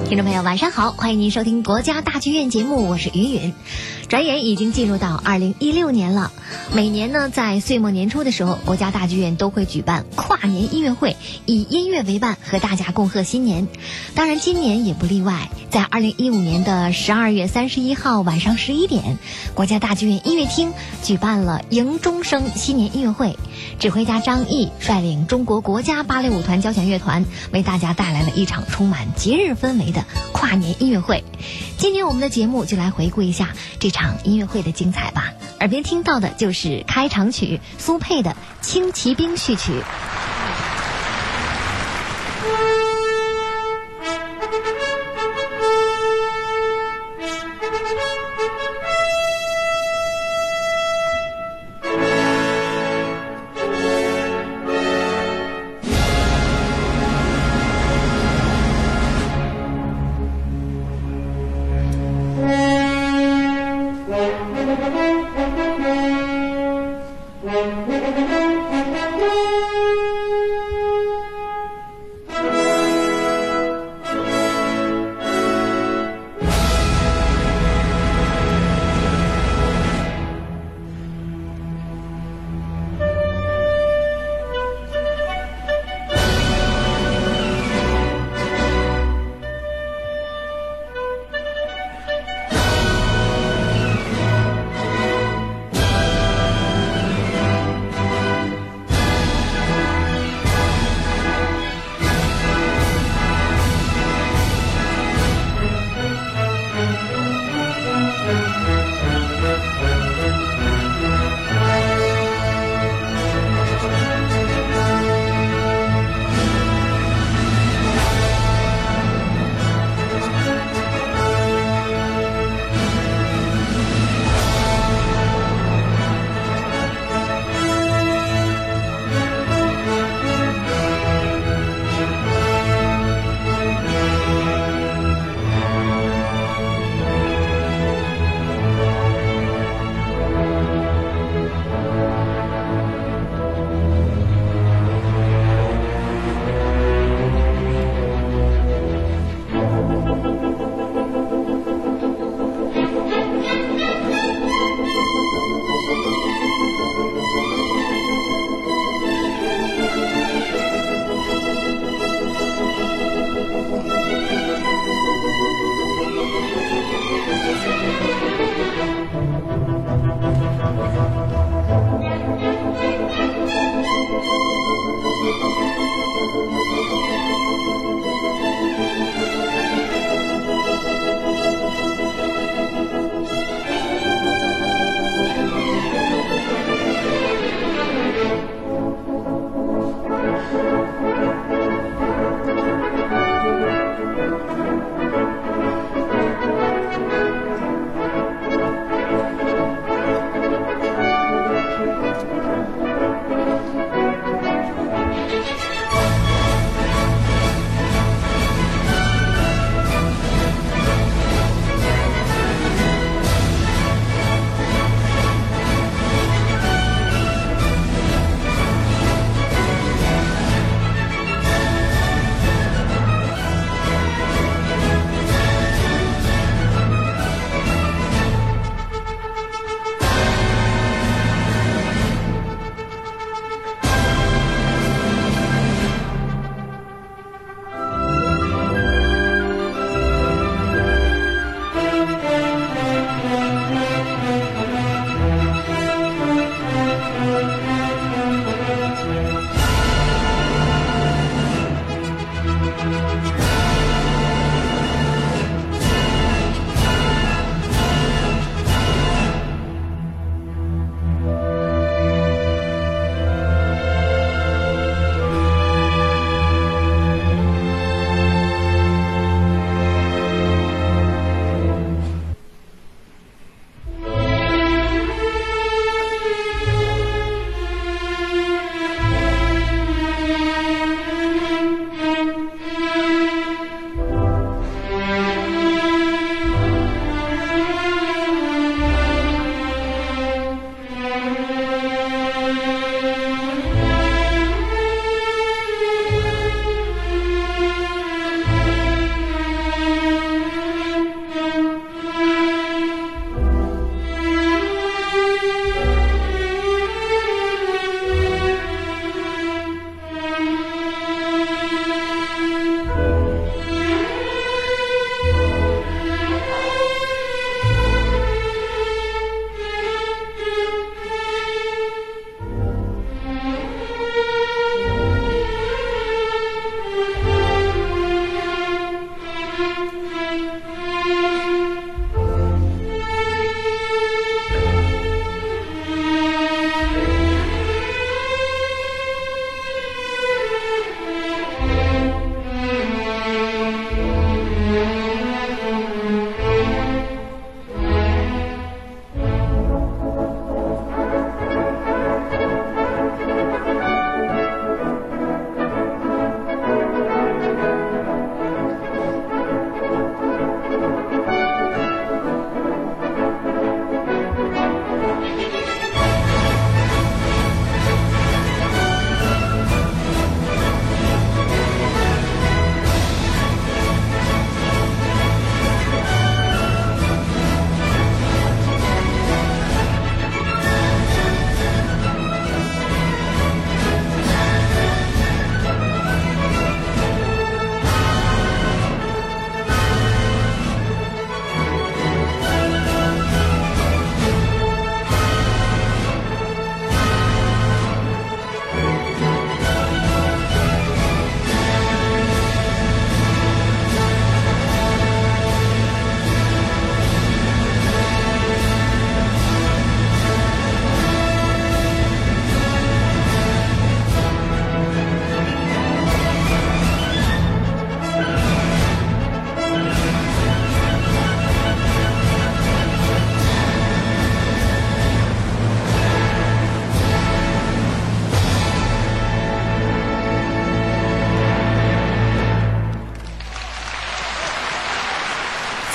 听众朋友晚上好，欢迎您收听国家大剧院节目，我是云云。转眼已经进入到2016年了，每年呢在岁末年初的时候，国家大剧院都会举办跨年音乐会，以音乐为伴，和大家共贺新年。当然今年也不例外，在2015年的12月31号晚上11点，国家大剧院音乐厅举办了迎钟声新年音乐会，指挥家张毅率领中国国家芭蕾舞团交响乐团，为大家带来了一场充满节日氛围的跨年音乐会。今年我们的节目就来回顾一下这场音乐会的精彩吧。耳边听到的就是开场曲苏佩的《轻骑兵序曲》。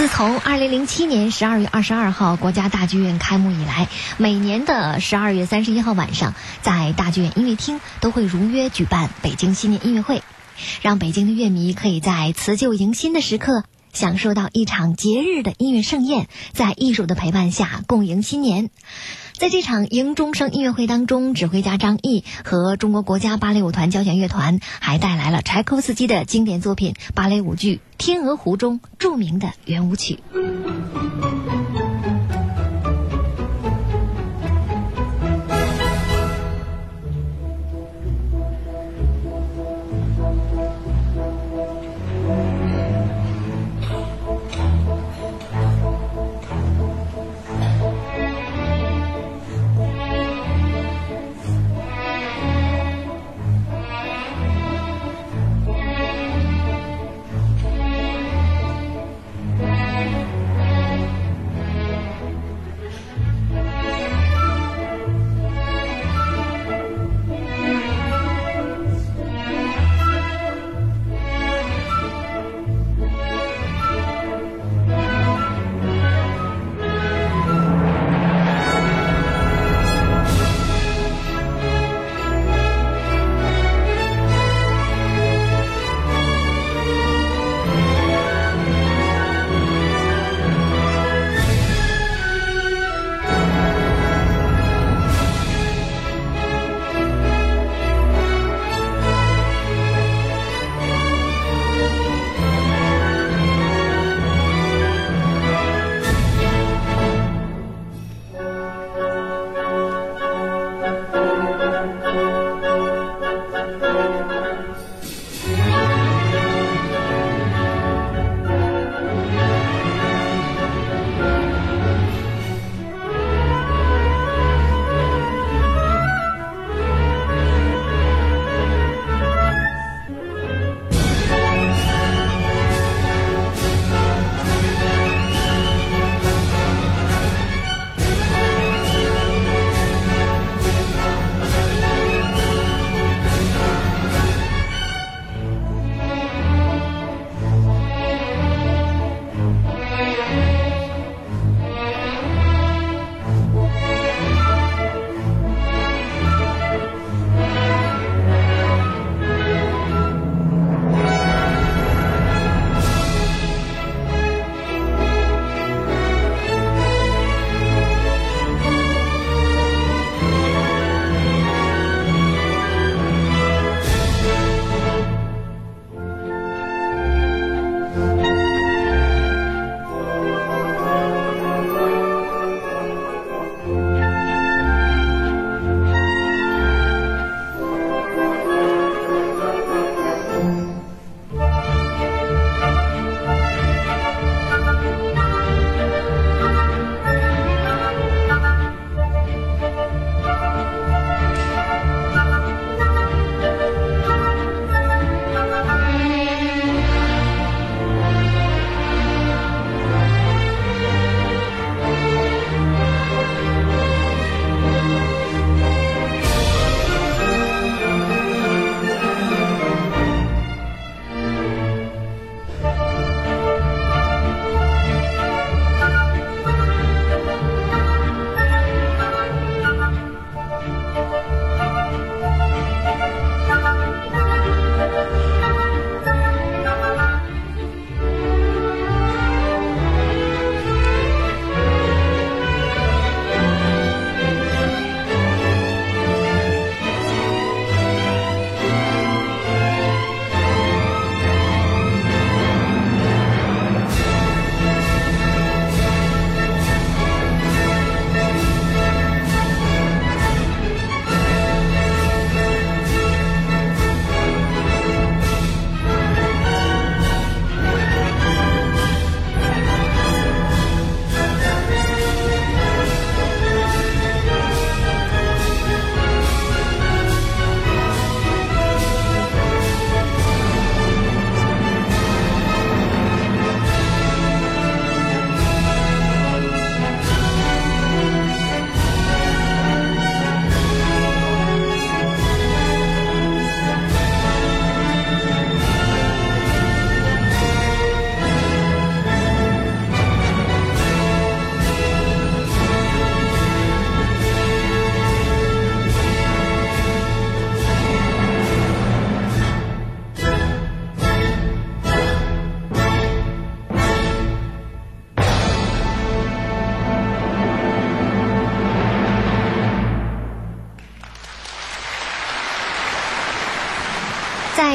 自从2007年12月22号国家大剧院开幕以来，每年的12月31号晚上，在大剧院音乐厅都会如约举办北京新年音乐会，让北京的乐迷可以在辞旧迎新的时刻享受到一场节日的音乐盛宴，在艺术的陪伴下共迎新年。在这场迎钟声音乐会当中，指挥家张毅和中国国家芭蕾舞团交响乐团还带来了柴可夫斯基的经典作品芭蕾舞剧《天鹅湖》中著名的圆舞曲。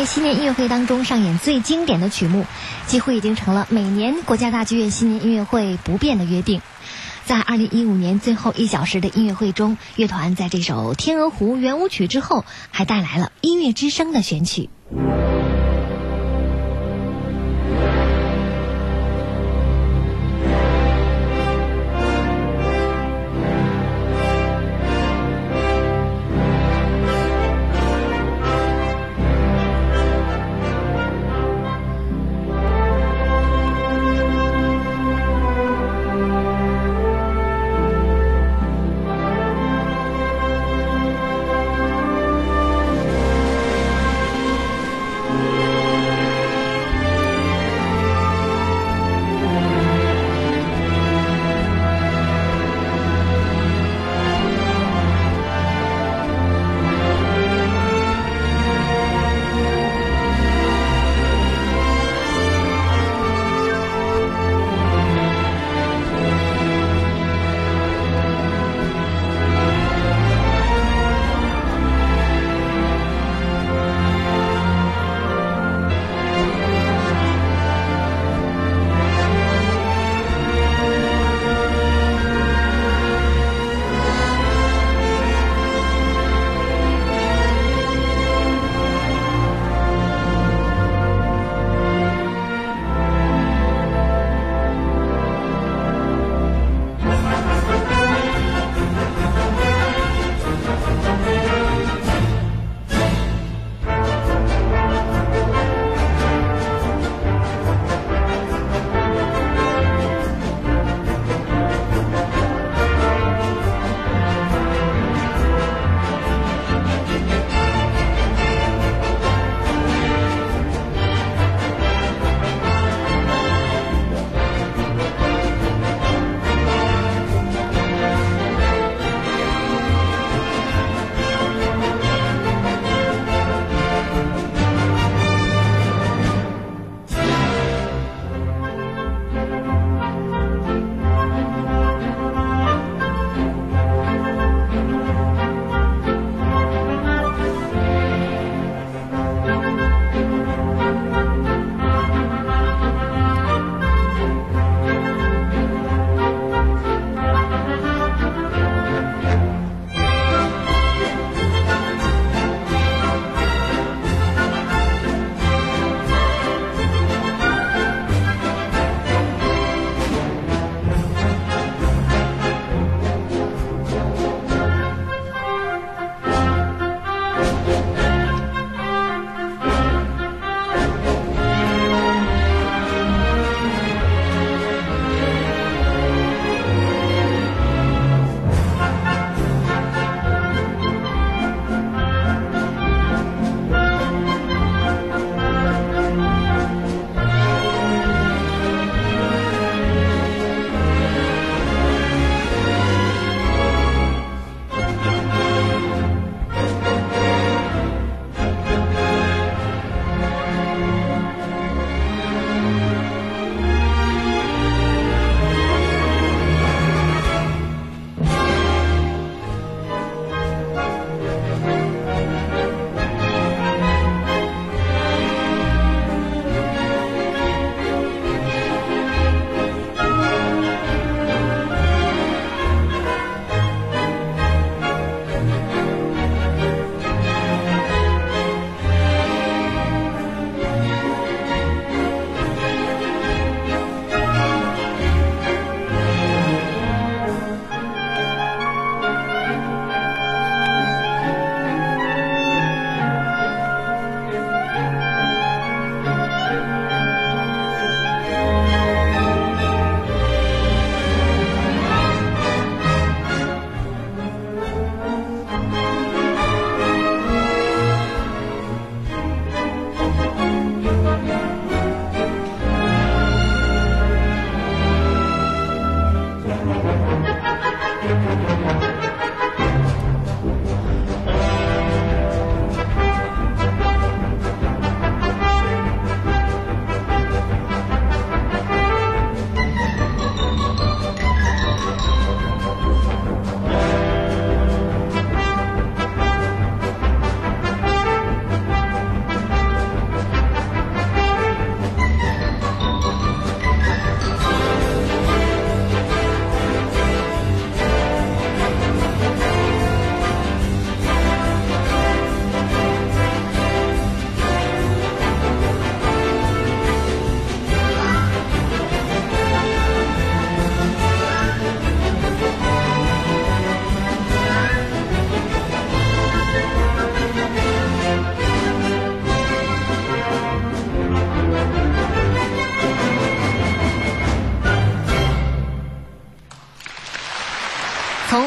新年音乐会当中上演最经典的曲目，几乎已经成了每年国家大剧院新年音乐会不变的约定。在2015年最后1小时的音乐会中，乐团在这首《天鹅湖》圆舞曲之后，还带来了音乐之声的选曲。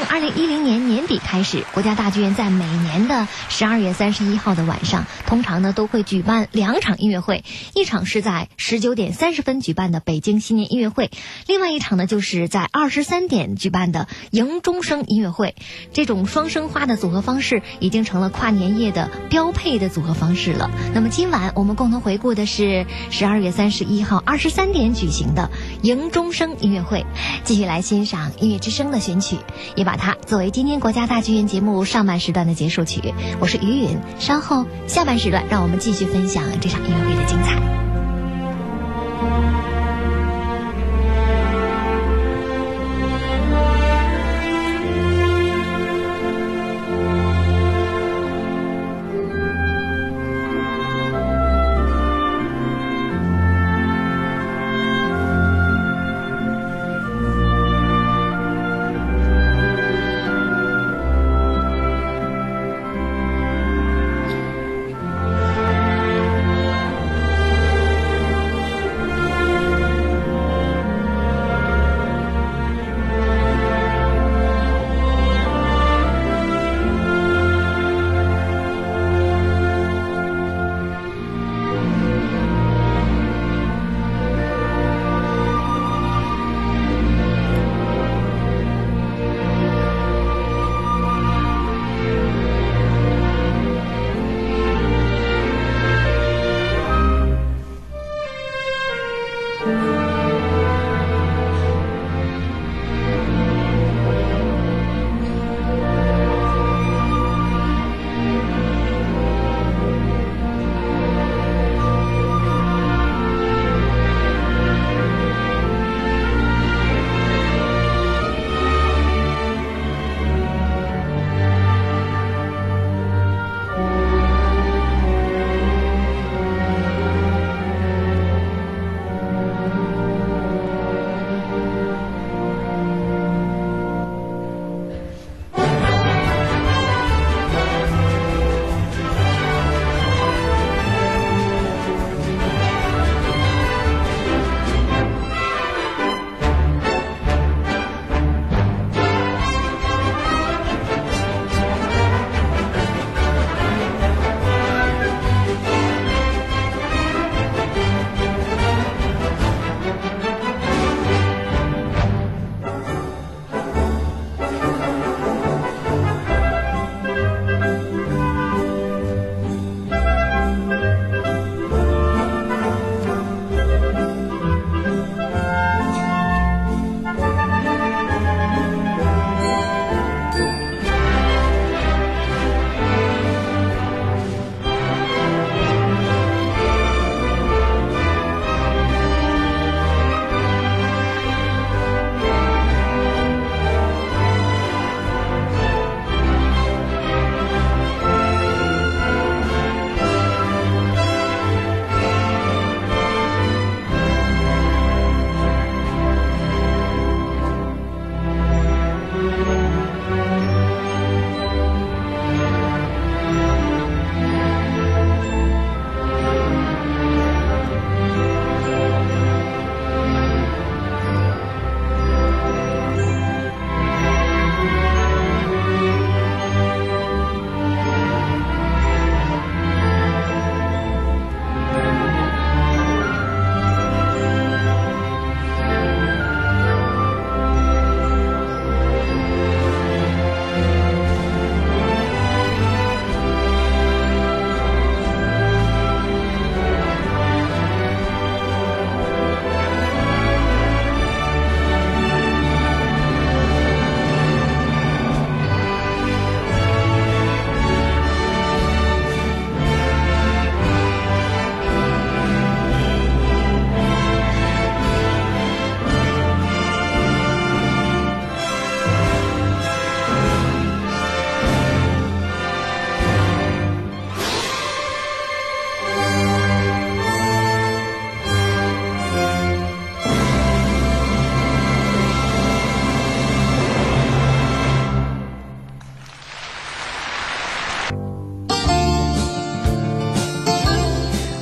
2010年年底开始，国家大剧院在每年的12月31号的晚上，通常呢都会举办2场音乐会，一场是在19点30分举办的北京新年音乐会，另外一场呢就是在23点举办的迎钟声音乐会。这种双声花的组合方式已经成了跨年夜的标配的组合方式了。那么今晚我们共同回顾的是12月31号23点举行的迎钟声音乐会，继续来欣赏音乐之声的选曲，也把它作为今天国家大剧院节目上半时段的结束曲。我是于允，稍后下半时段让我们继续分享这场音乐会的精彩。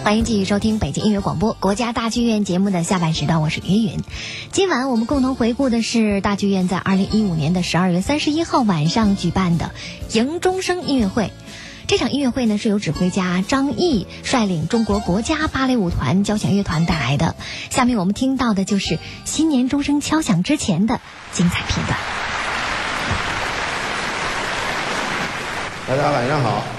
欢迎继续收听北京音乐广播国家大剧院节目的下半时段，我是云云。今晚我们共同回顾的是大剧院在2015年的12月31号晚上举办的迎钟声音乐会。这场音乐会呢是由指挥家张毅率领中国国家芭蕾舞团交响乐团带来的。下面我们听到的就是新年钟声敲响之前的精彩片段。 大家晚上好。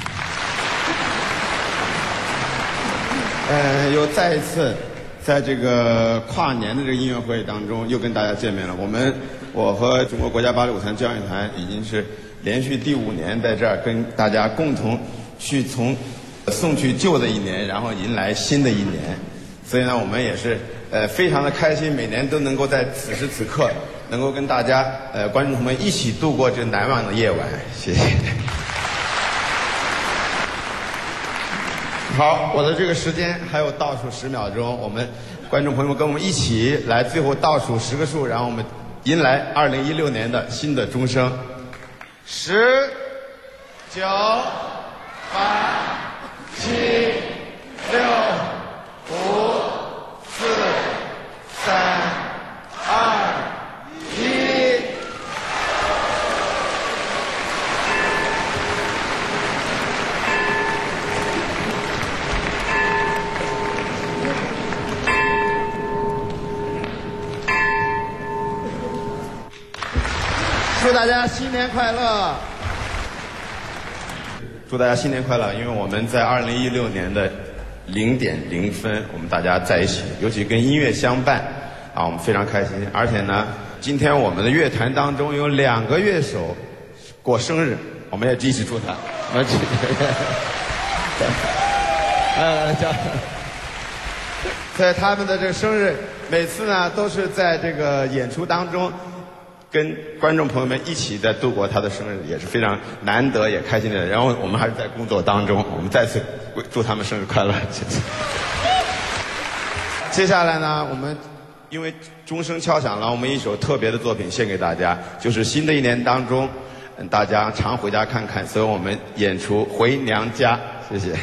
又再一次在这个跨年的这个音乐会当中又跟大家见面了。我和中国国家芭蕾舞团交响乐团已经是连续第5年在这儿跟大家共同去从送去旧的一年，然后迎来新的一年。所以呢，我们也是非常的开心，每年都能够在此时此刻能够跟大家观众朋友们一起度过这难忘的夜晚。谢谢。好，我的这个时间还有倒数10秒钟，我们观众朋友们跟我们一起来，最后倒数10个数，然后我们迎来2016年的新的钟声。10、9、8、7、6、5、4、3、2、1。祝大家新年快乐！祝大家新年快乐！因为我们在2016年的0点0分，我们大家在一起，尤其跟音乐相伴啊，我们非常开心。而且呢，今天我们的乐团当中有2个乐手过生日，我们也一起祝他。在他们的这个生日，每次呢都是在这个演出当中跟观众朋友们一起在度过他的生日，也是非常难得也开心的。然后我们还是在工作当中，我们再次祝他们生日快乐。谢谢。接下来呢，我们因为钟声敲响了，我们一首特别的作品献给大家，就是新的一年当中，大家常回家看看，所以我们演出《回娘家》。谢谢。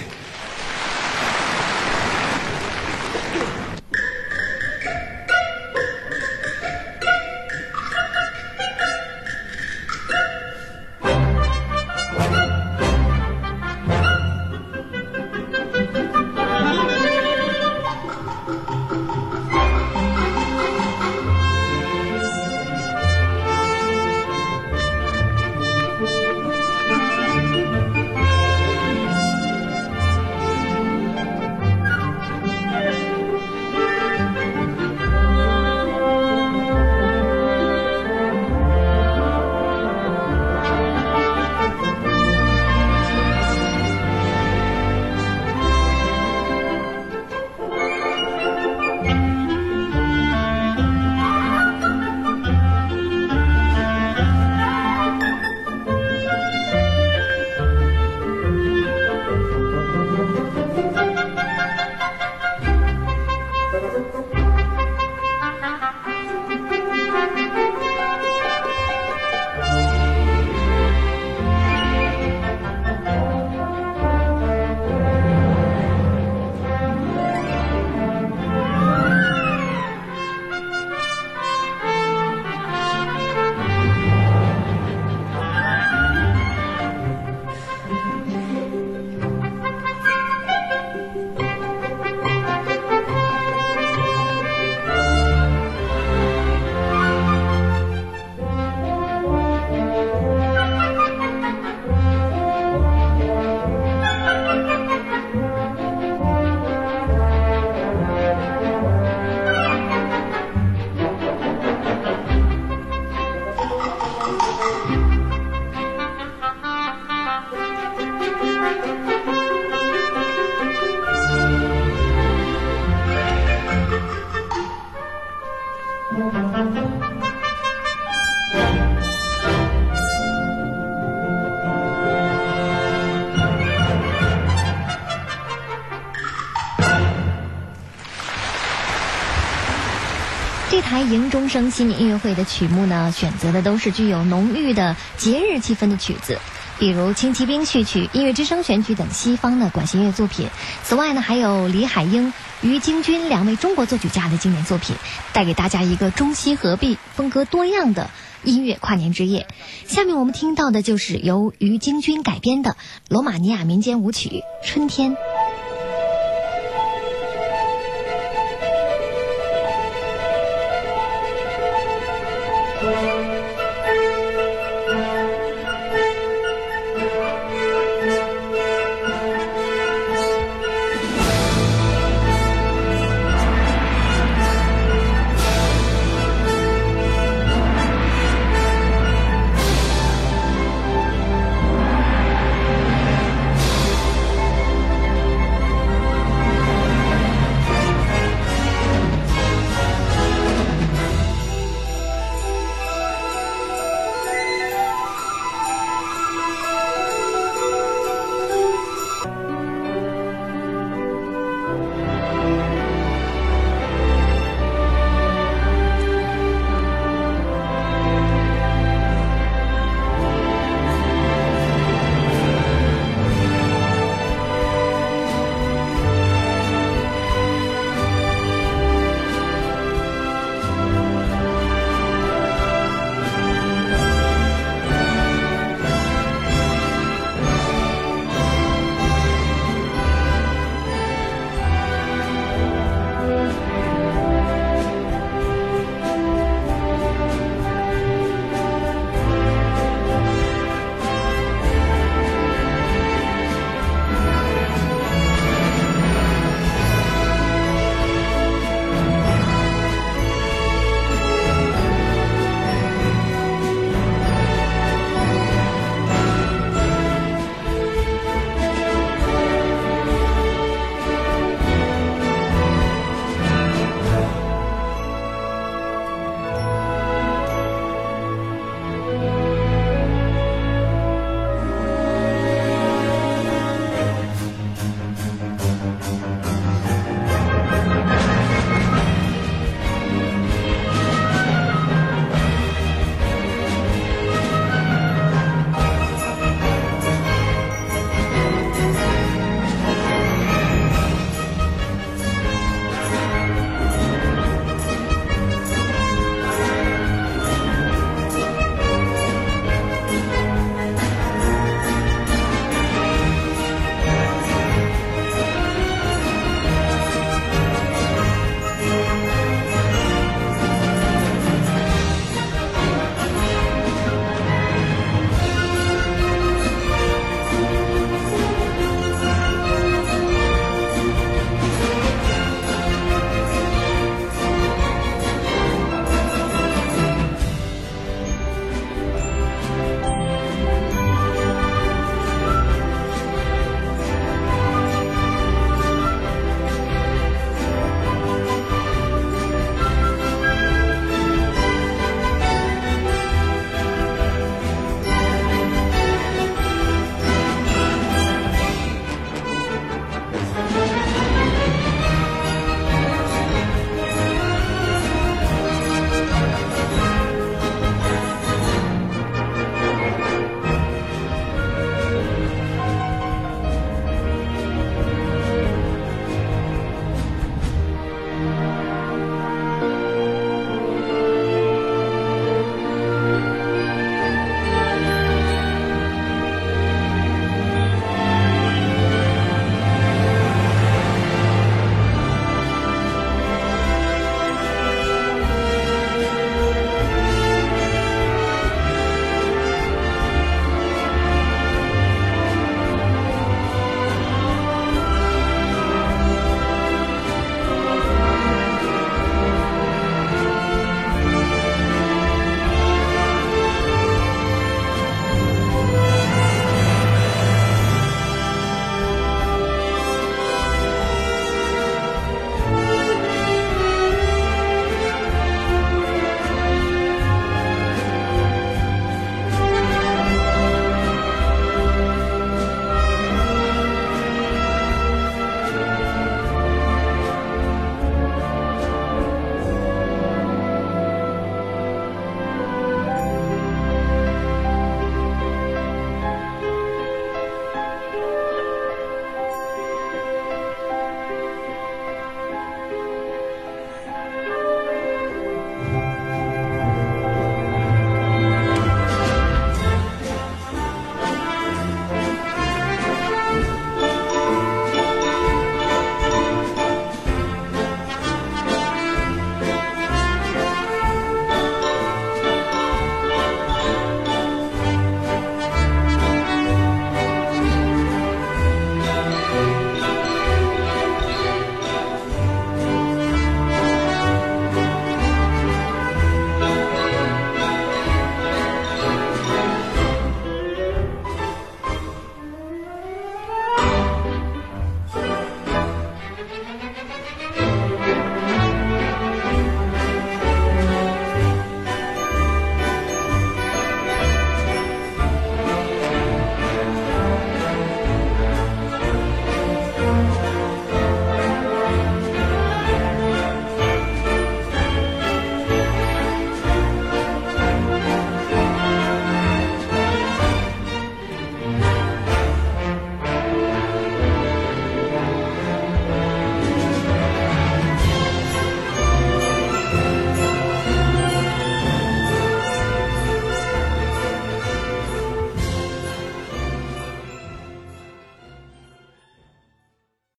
这台迎钟声新年音乐会的曲目呢，选择的都是具有浓郁的节日气氛的曲子。 比如《轻骑兵序曲》、音乐之声选曲等西方的管弦乐作品。此外呢，还有李海英、于京军2位中国作曲家的经典作品，带给大家一个中西合璧、风格多样的音乐跨年之夜。下面我们听到的就是由于京军改编的罗马尼亚民间舞曲《春天》。